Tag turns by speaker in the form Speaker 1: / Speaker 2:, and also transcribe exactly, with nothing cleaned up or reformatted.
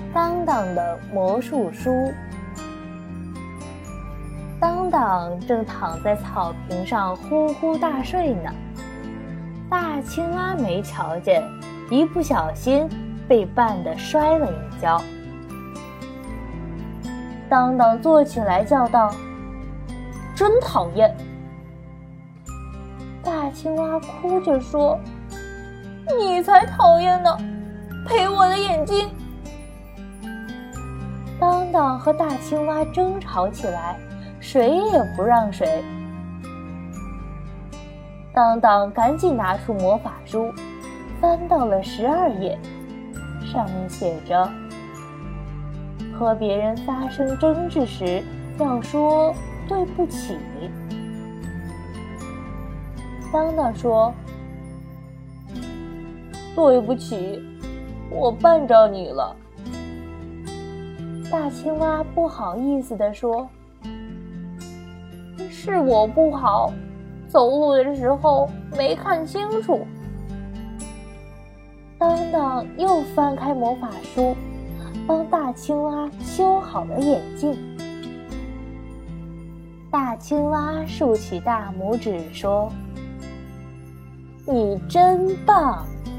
Speaker 1: 当当的魔术书。当当正躺在草坪上呼呼大睡呢，大青蛙没瞧见，一不小心被绊得摔了一跤。当当坐起来叫道：“真讨厌！”大青蛙哭着说：“你才讨厌呢，赔我的眼睛！”当当和大青蛙争吵起来，谁也不让谁。当当赶紧拿出魔法书，翻到了十二页，上面写着：和别人发生争执时，要说对不起。当当说：“对不起，我绊着你了。”大青蛙不好意思地说：“是我不好，走路的时候没看清楚。”当当又翻开魔法书，帮大青蛙修好了眼镜。大青蛙竖起大拇指说：“你真棒！”